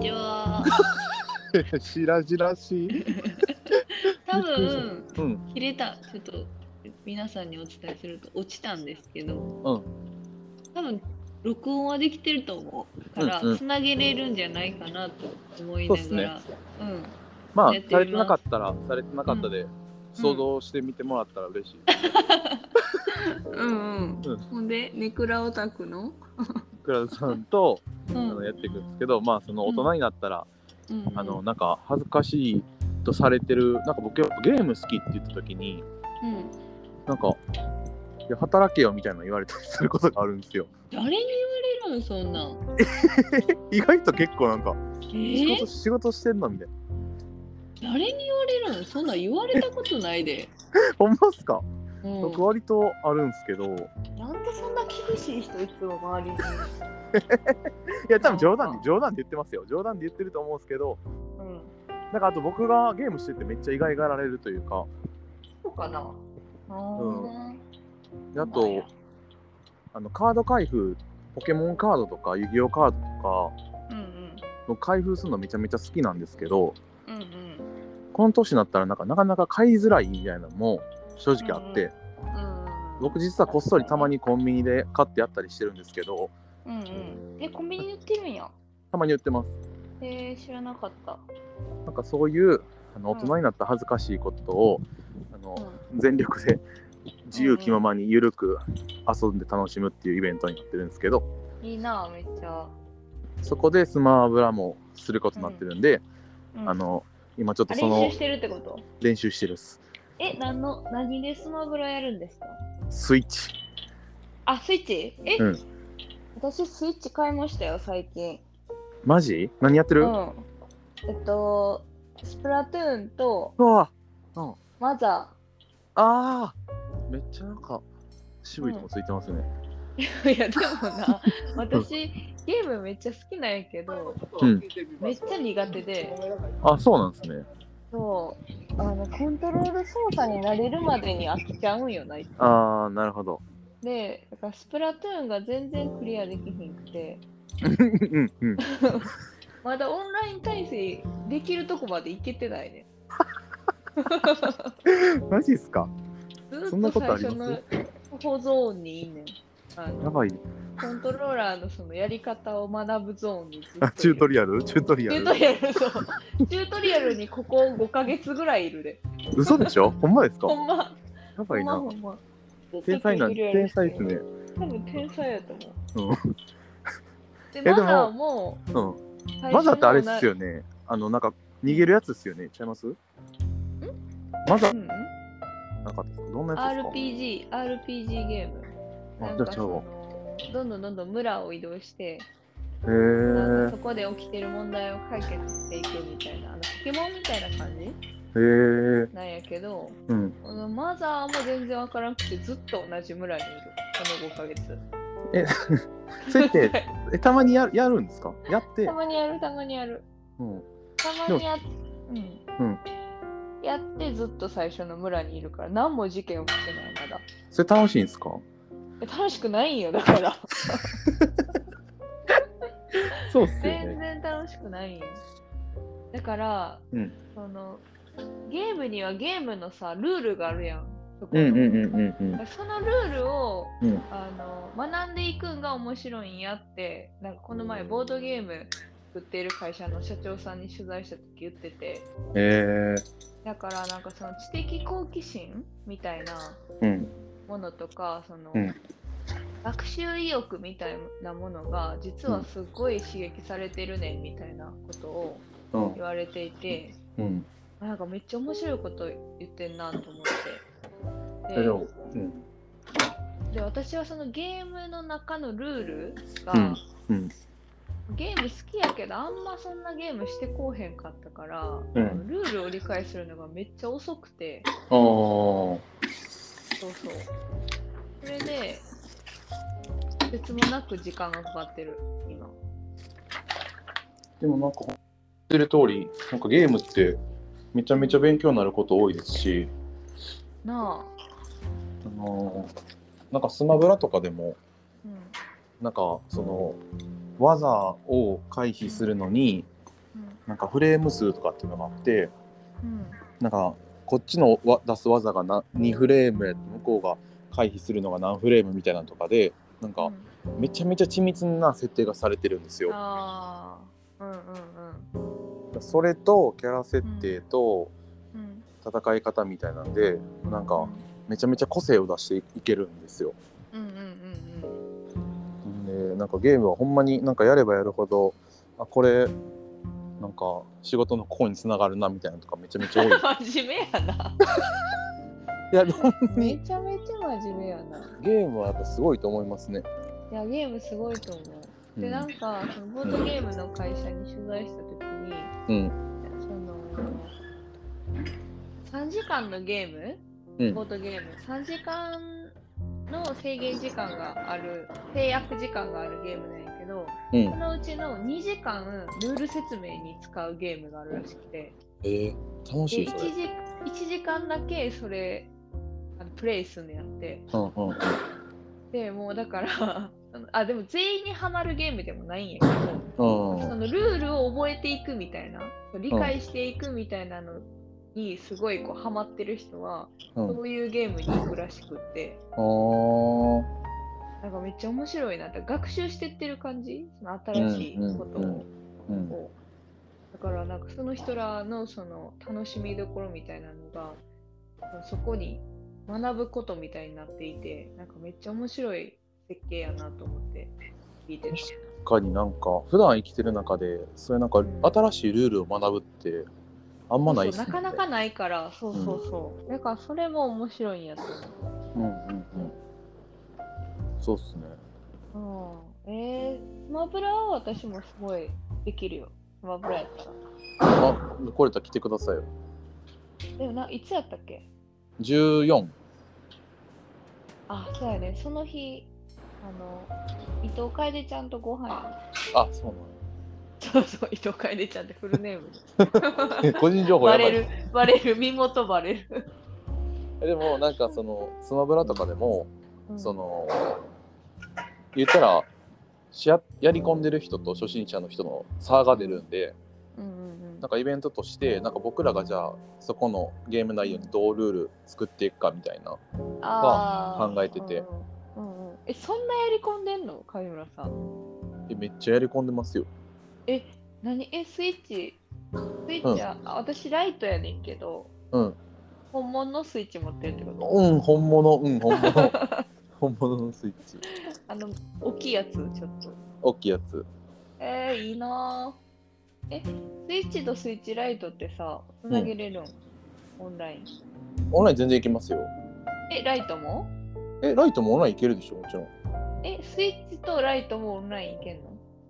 ちは。 しらじらしい。 多分うん。 切れた。ちょっと皆さんにお伝えすると落ちたんですけど、 うん。 多分録音はできてると思うから、 うんうんつなげれるんじゃないかなと思いそうっすね。 ながら、 まあやってされてなみます。 かったらされてなかったで、想像してみてもらったら嬉しい。 ほんでネクラオタクの倉田さんとうんやっていくんですけど、まあその大人になったら、 うんなんか恥ずかしいとされてる、なんか僕やっぱゲーム好きって言った時に、なんかいや働けよみたいなの言われたりすることがあるんですよ。 誰に言われるんそんなん。 意外と結構なんかえ仕事してんのみたいな。 誰に言われるんそんなん言われたことないで。 ほんまっすか？ うん僕割とあるんですけど、 なんでそんな厳しい人いつも周りに。 いや多分冗談で言ってますよ。冗談で言ってると思うんですけど、なんかあと僕がゲームしててめっちゃ意外がられるというか、 そうかな。 であとカード開封、ポケモンカードとか遊戯王カードとかの開封するのめちゃめちゃ好きなんですけど、この年になったらなかなか買いづらいみたいなのも正直あって、僕実はこっそりたまにコンビニで買ってやったりしてるんですけど、 コンビニで売ってるんや。 たまに売ってます。 知らなかった。 なんかそういう大人になった恥ずかしいことを全力で自由気ままにゆるく遊んで楽しむっていうイベントになってるんですけど、 いいなめっちゃ。 そこでスマブラもすることになってるんで、今ちょっとその練習してるってこと？ 練習してるっす。 何でスマブラやるんですか？ スイッチ。 あ、スイッチ？私スイッチ買いましたよ最近。 マジ？何やってる？ スプラトゥーンとマザー。めっちゃなんか渋いとこついてますね。 いやでもな、私ゲームめっちゃ好きなんやけど、めっちゃ苦手で。 あ、そうなんですね。 そうコントロール操作に慣れるまでに飽きちゃうんよな。 なるほど。 で、だからスプラトゥーンが全然クリアできひんくてまだオンライン対戦できるとこまでいけてないね。 マジっすか？ ずっと最初の保存にいいねん。 やばい。 コントローラーのそのやり方を学ぶゾーンにずっと。 チュートリアルそう。チュートリアルにここ5ヶ月ぐらいいるで。 嘘でしょ？ほんまですか？ ほんま。 やばいな。 ほんま。 天才っすね。 多分天才やと思う。で、 でもマザーも、 マザーってあれっすよね。なんか逃げるやつっすよね。ちゃいます？マザーなんかどんなやつですか？ RPG ゲーム。なんかどんどん村を移動して、そこで起きてる問題を解決していくみたいな、ポケモンみたいな感じなんやけど、このマザーも全然わからなくてずっと同じ村にいる、この5ヶ月。 それってたまにやるんですか？やってたまにやる。たまにやってずっと最初の村にいるから何も事件起きてないまだ。 それ楽しいんですか？ 楽しくないんよだからそうっすよね。 全然楽しくないんよ。だから、そのゲームにはゲームのさルールがあるやん。そのルールを、学んでいくんが面白いんやって、なんかこの前ボードゲーム作っている会社の社長さんに取材した時言ってて、だからなんかその知的好奇心みたいなものとか、その学習意欲みたいなものが実はすごい刺激されてるねんみたいなことを言われていて、なんかめっちゃ面白いこと言ってんなと思って。で、私はそのゲームの中のルールが、ゲーム好きやけどあんまそんなゲームしてこうへんかったから、ルールを理解するのがめっちゃ遅くて、それで別もなく時間がかかってる今。 でもなんか言ってる通り、なんかゲームってめちゃめちゃ勉強になること多いですし、なんかスマブラとかでも、なんかその技を回避するのに、 なんかフレーム数とかっていうのがあって、なんかこっちの出す技が2フレームや向こうが回避するのが何フレームみたいなのとかで、なんかめちゃめちゃ緻密な設定がされてるんですよ。それとキャラ設定と戦い方みたいなんで、なんかめちゃめちゃ個性を出していけるんですよ。でなんかゲームはほんまになんかやればやるほど、あ、これなんか仕事のここに繋がるなみたいなのとかめちゃめちゃ多い。 真面目やな。 いやめちゃめちゃ真面目やな。 ゲームはやっぱすごいと思いますね。 いやゲームすごいと思う。でなんかそのボードゲームの会社に取材した時に、その3時間のゲーム、ボードゲーム3時間の制限時間がある、制約時間があるゲームなんやけど、そのうちの2時間ルール説明に使うゲームがあるらしくて、 楽しいそれ。 1時間だけそれプレイすんのやって、でもうだからでも全員にハマるゲームでもないんやけど、そのルールを覚えていくみたいな、理解していくみたいなのにすごいこうハマってる人は、そういうゲームに行くらしくって、なんかめっちゃ面白いなって、学習してってる感じ、その新しいことを、だからなんかその人らのその楽しみどころみたいなのがそこに学ぶことみたいになっていて、なんかめっちゃ面白い設計やなと思って聞いてる。 確かになんか普段生きてる中でそういうなんか新しいルールを学ぶってあんまないっすね。 なかなかないから、だからそれも面白いんやと思う。 そうっすね。 スマブラは私もすごいできるよ。スマブラやったら。 これたら来てくださいよ。 でもいつやったっけ ？14。 そうやね。その日、伊藤楓ちゃんとご飯や。 そうなの。 そう、伊藤楓ちゃんってフルネーム個人情報やばい。 バレる、身元バレる。 でもなんかそのスマブラとかでも、その言ったらやり込んでる人と初心者の人の差が出るんで、なんかイベントとしてなんか僕らがじゃあそこのゲーム内容にどうルール作っていくかみたいなは考えてて。 そんなやり込んでんの、上村さん？ めっちゃやり込んでますよ。 何？スイッチは、私ライトやねんけど、本物のスイッチ持ってるってこと？ 本物本物のスイッチ。 大きいやつ、ちょっと。 大きいやつ。 いいなぁ。スイッチとスイッチライトってさ、つなげれるん？オンライン。 オンライン全然いけますよ。 ライトも？ ライトもオンラインいけるでしょ、もちろん。 スイッチとライトもオンラインいけんの？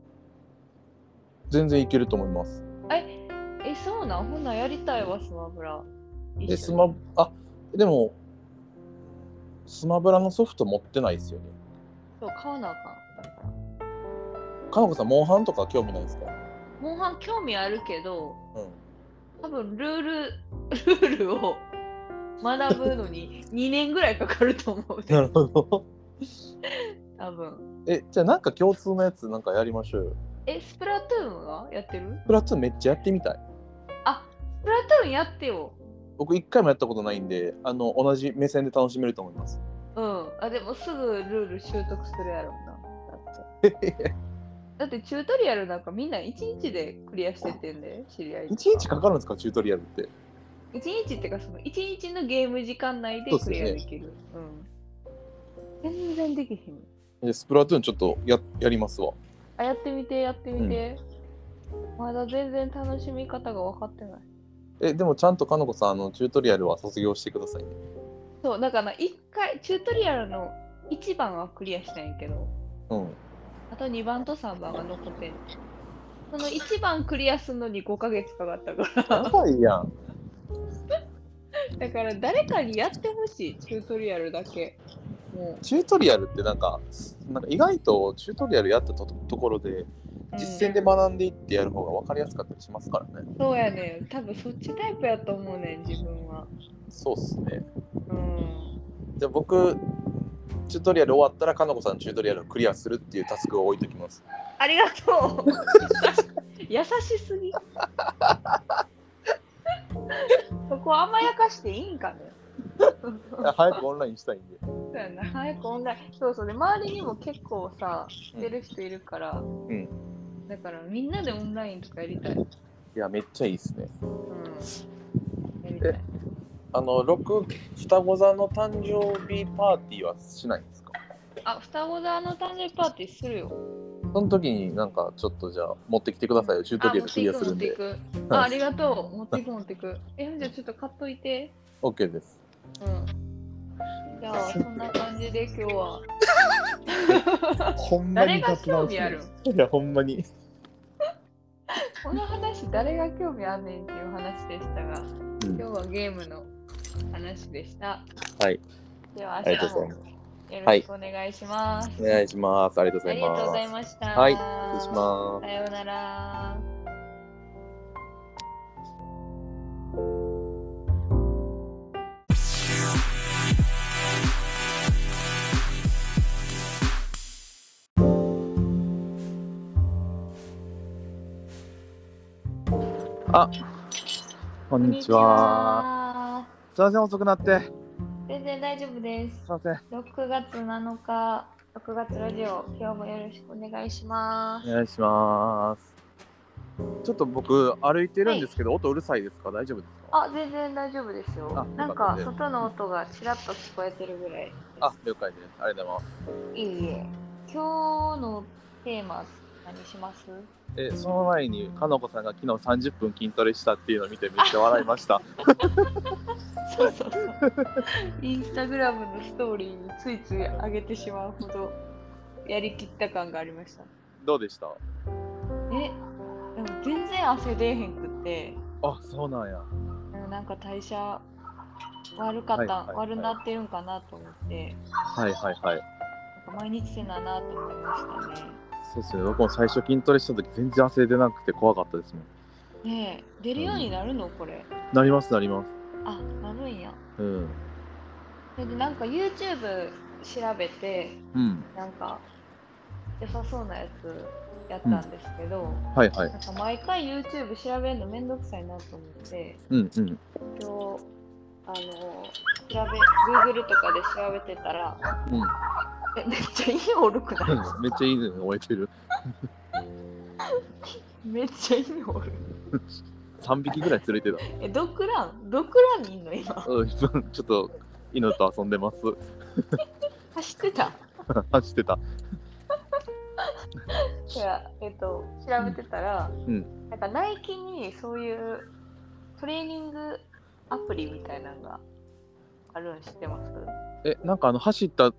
全然いけると思います。 そうなん？ほんならやりたいわ、スマブラ。 でもスマブラのソフト持ってないですよね。 そう、買わなあかん。だからかなこさん、モンハンとか興味ないですか？ モンハン興味あるけど、多分ルールを学ぶのに2年ぐらいかかると思う。 なるほど。 多分。 じゃあなんか共通のやつなんかやりましょうよ。 スプラトゥーンはやってる？ スプラトゥーンめっちゃやってみたい。 スプラトゥーンやってよ。 僕1回もやったことないんで、同じ目線で楽しめると思います。 でもすぐルール習得するやろうな。だってチュートリアルなんかみんな1日でクリアしててんで、知り合い。 1日かかるんですか、チュートリアルって？ 1日ってかその1日のゲーム時間内でクリアできる。全然できひん。 スプラトゥーンちょっとやりますわ。 やってみて。まだ全然楽しみ方が分かってない。 でもちゃんとかのこさんチュートリアルは卒業してくださいね。 そうだから1回チュートリアルの1番はクリアしたんやけど、あと2番と3番が残ってん。その1番クリアするのに5ヶ月かかったから。 やばいやん。 だから誰かにやってほしい、チュートリアルだけ。 もうチュートリアルってなんか意外とチュートリアルやったところで実践で学んでいってやる方が分かりやすかったりしますからね。 そうやね。多分そっちタイプやと思うねん、自分は。 そうっすね。じゃあ僕チュートリアル終わったらかのこさんチュートリアルをクリアするっていうタスクを置いときます。 ありがとう。 優しすぎ。そこ甘やかしていいんかね。 早くオンラインしたいんで。 そうやな、早くオンライン。そうそうで、周りにも結構さ、してる人いるから、うん。だからみんなでオンラインとかやりたい。 いや、めっちゃいいっすね。 うん。やりたい。 双子座の誕生日パーティーはしないんですか？ 双子座の誕生日パーティーするよ。 その時になんかちょっとじゃあ持ってきてくださいよ。シュートゲームクリアするんで。 ありがとう。持っていく。じゃあちょっと買っといて。 OK です。 うん。じゃあそんな感じで今日は。 ほんまに誰が興味ある？ いやほんまに。 この話誰が興味あんねんっていう話でしたが、今日はゲームの話でした。 はい。 では明日もよろしくお願いします。 お願いします。ありがとうございました。はい。失礼します。 さようなら。 こんにちは。すいません、遅くなって。 全然大丈夫です。 すいません。 6月7日、6月ラジオ、今日もよろしくお願いします。 お願いします。ちょっと僕、歩いてるんですけど、音うるさいですか？大丈夫ですか？ 全然大丈夫ですよ。なんか、外の音がちらっと聞こえてるぐらいです。 了解です。ありがとうございます。 いいえ。今日のテーマ、何します？ その前にかのこさんが昨日30分筋トレしたっていうのを見てめっちゃ笑いました。 そうインスタグラムのストーリーについつい上げてしまうほどやりきった感がありました。 どうでした？ でも全然汗出えへんくって。 そうなんや。 なんか代謝悪なってるんかなと思って。なんか毎日せなと思いましたね。 そうですね。僕も最初筋トレした時全然汗出なくて怖かったですもん。ねえ、出るようになるの、これ？ なります。なるんや。それでなんか YouTube 調べて、なんか良さそうなやつやったんですけど、なんか毎回 YouTube 調べるのめんどくさいなと思って、今日Google とかで調べてたら、めっちゃいいおるくない？ めっちゃいいの終えてる。 めっちゃいいおる。 3匹ぐらい連れてた。 ドッグランにいんの今？ ちょっと犬と遊んでます。 走ってた。 走ってた。 いや調べてたら、なんかナイキにそういうトレーニングアプリみたいなのがあるん知ってます？ なんか走ったと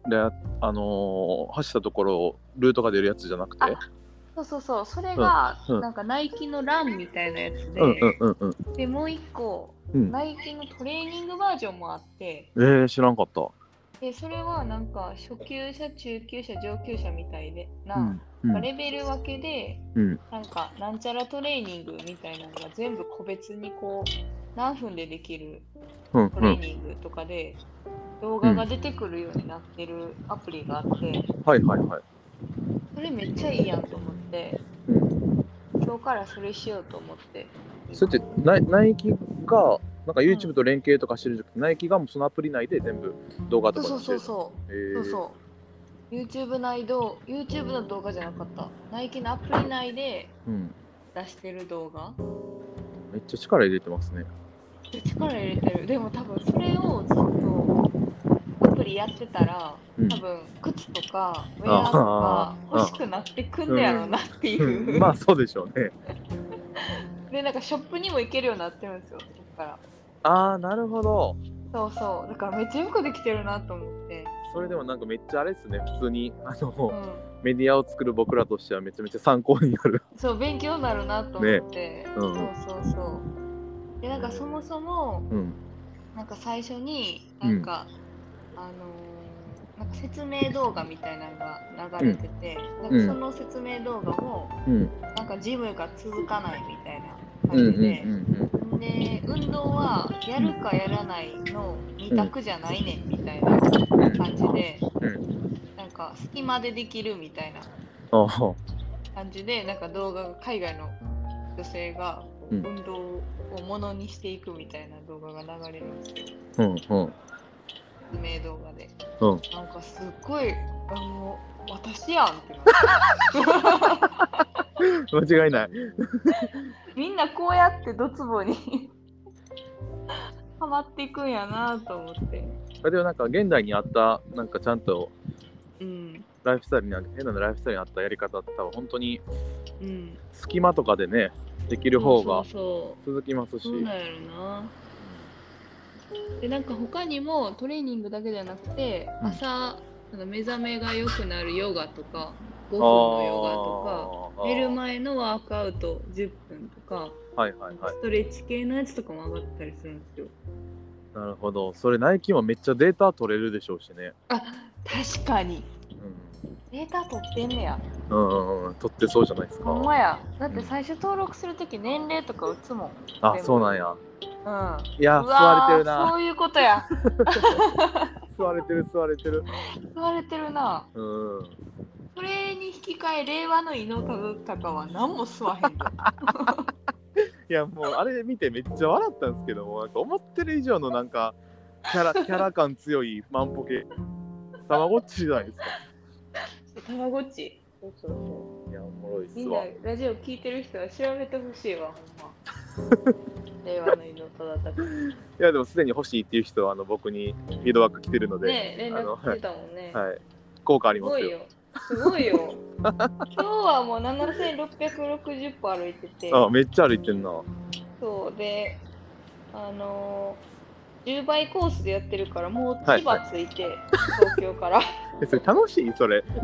ころをルートが出るやつじゃなくて？ そうそれが、なんかナイキのランみたいなやつで、でもう一個、ナイキのトレーニングバージョンもあって、 知らんかった。 でそれはなんか初級者、中級者、上級者みたいな、レベル分けで、なんかなんちゃらトレーニングみたいなのが全部個別にこう何分でできるトレーニングとかで動画が出てくるようになってるアプリがあって、それめっちゃいいやんと思って、今日からそれしようと思って。 それってナイキがなんか YouTube と連携とかしてる時、ナイキがもうそのアプリ内で全部動画とかしてる。 そう。YouTube の動画じゃなかった。ナイキのアプリ内で出してる動画。 めっちゃ力入れてますね。 力入れてる。でも多分それをずっとアプリやってたら、多分靴とかウェアとか欲しくなってくんねやろうなっていう。 まあそうでしょうね。 でなんかショップにも行けるようになってるんですよ、そこから。 なるほど。 そうだからめっちゃよくできてるなと思って。 それでもなんかめっちゃあれですね、普通にメディアを作る僕らとしてはめちゃめちゃ参考になる。 そう、勉強になるなと思って、そうでなんかそもそも、なんか最初になんか、なんか説明動画みたいなのが流れてて、なんかその説明動画も、なんかジムが続かないみたいな感じで、で運動はやるかやらないの2択じゃないねんみたいな感じで、なんか隙間でできるみたいな感じで、なんか動画が海外の女性が運動をものにしていくみたいな動画が流れるんですよ。名動画で。なんかすっごい私やんって間違いない。 みんなこうやってドツボにハマっていくんやなと思って。 でもなんか現代にあったなんかちゃんとライフスタイルに変なライフスタイルにあったやり方って多分本当に隙間とかでねできる方が続きますし。 そうなんやろな。でなんか他にもトレーニングだけじゃなくて、朝目覚めが良くなるヨガとか5分のヨガとか寝る前のワークアウト10分とか、ストレッチ系のやつとかも上がったりするんですよ。 なるほど。それナイキもめっちゃデータ取れるでしょうしね。 あ、確かに、データ取ってんねや。 取ってそうじゃないですか。 ほんまや。だって最初登録するとき年齢とか打つもん。 あ、そうなんや。いや、 吸われてるな。 そういうことや。 吸われてる。吸われてるな。それに引き換え令和の伊能忠敬は何も吸わへんで。 いやもうあれ見てめっちゃ笑ったんですけども、なんか思ってる以上のなんかキャラ感強いマンポケたまごっちじゃないですか。 たまごっち。 いやおもろいっすわ。 みんなラジオ聞いてる人は調べてほしいわ、ほんま。令和の伊能忠敬。 いやでもすでに欲しいっていう人は僕にフィードバック来てるので、 ね、連絡来てたもんね。 はい、効果ありますよ。 すごいよ。今日はもう7660歩歩いてて。 あ、めっちゃ歩いてんな。 そうで、10倍コースでやってるからもう千葉着いて、東京から。 それ楽しい？それ。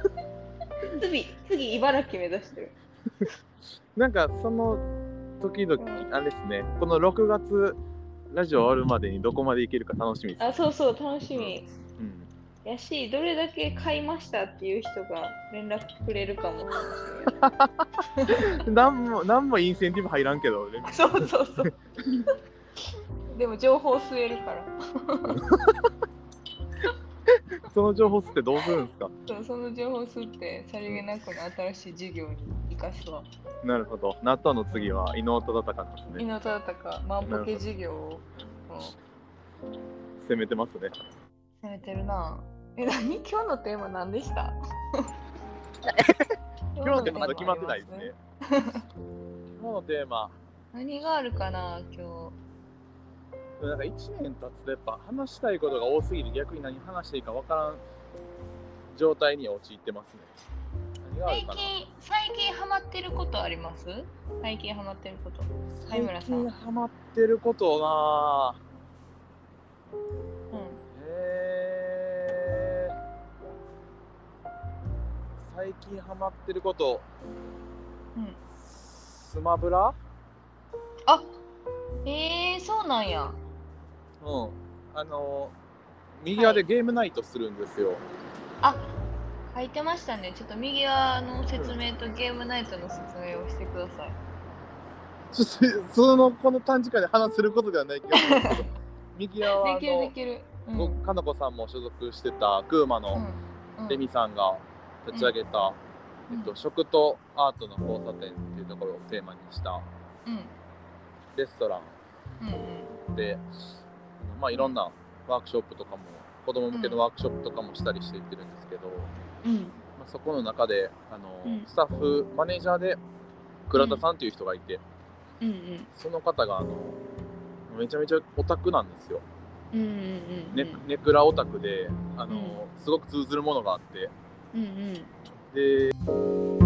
次茨城目指してる。 なんかその時々あれですね。この6月ラジオ終わるまでにどこまで行けるか楽しみです。 あ、そう楽しみ。やし、どれだけ買いましたっていう人が連絡くれるかも何もインセンティブ入らんけど。 そう。でも情報吸えるから。 その情報吸ってどうするんですか？ その情報吸ってさりげなくの新しい授業に生かすわ。 なるほど。納豆の次は伊能忠敬なんですね。 伊能忠敬、万歩計授業を攻めてますね。 攻めてるな。今日のテーマ何でした？ 今日のテーマまだ決まってないですね。今日のテーマ何があるかな今日。なんか1年経つとやっぱ話したいことが多すぎて逆に何話していいか分からん状態に陥ってますね。何があるかな。 最近ハマってることあります？最近ハマってること。 最近ハマってることが最近ハマってること、スマブラ？ あ、そうなんや。 右側でゲームナイトするんですよ。 あ、書いてましたね。ちょっと右側の説明とゲームナイトの説明をしてください。 この短時間で話せることではないけど右側はできる。 かなこさんも所属してたクーマのレミさんが立ち上げた、食とアートの交差点っていうところをテーマにしたレストランで、いろんなワークショップとかも子供向けのワークショップとかもしたりしていってるんですけど、そこの中でスタッフマネージャーで倉田さんっていう人がいて、その方がめちゃめちゃオタクなんですよ。ネクラオタクで、すごく通ずるものがあって、で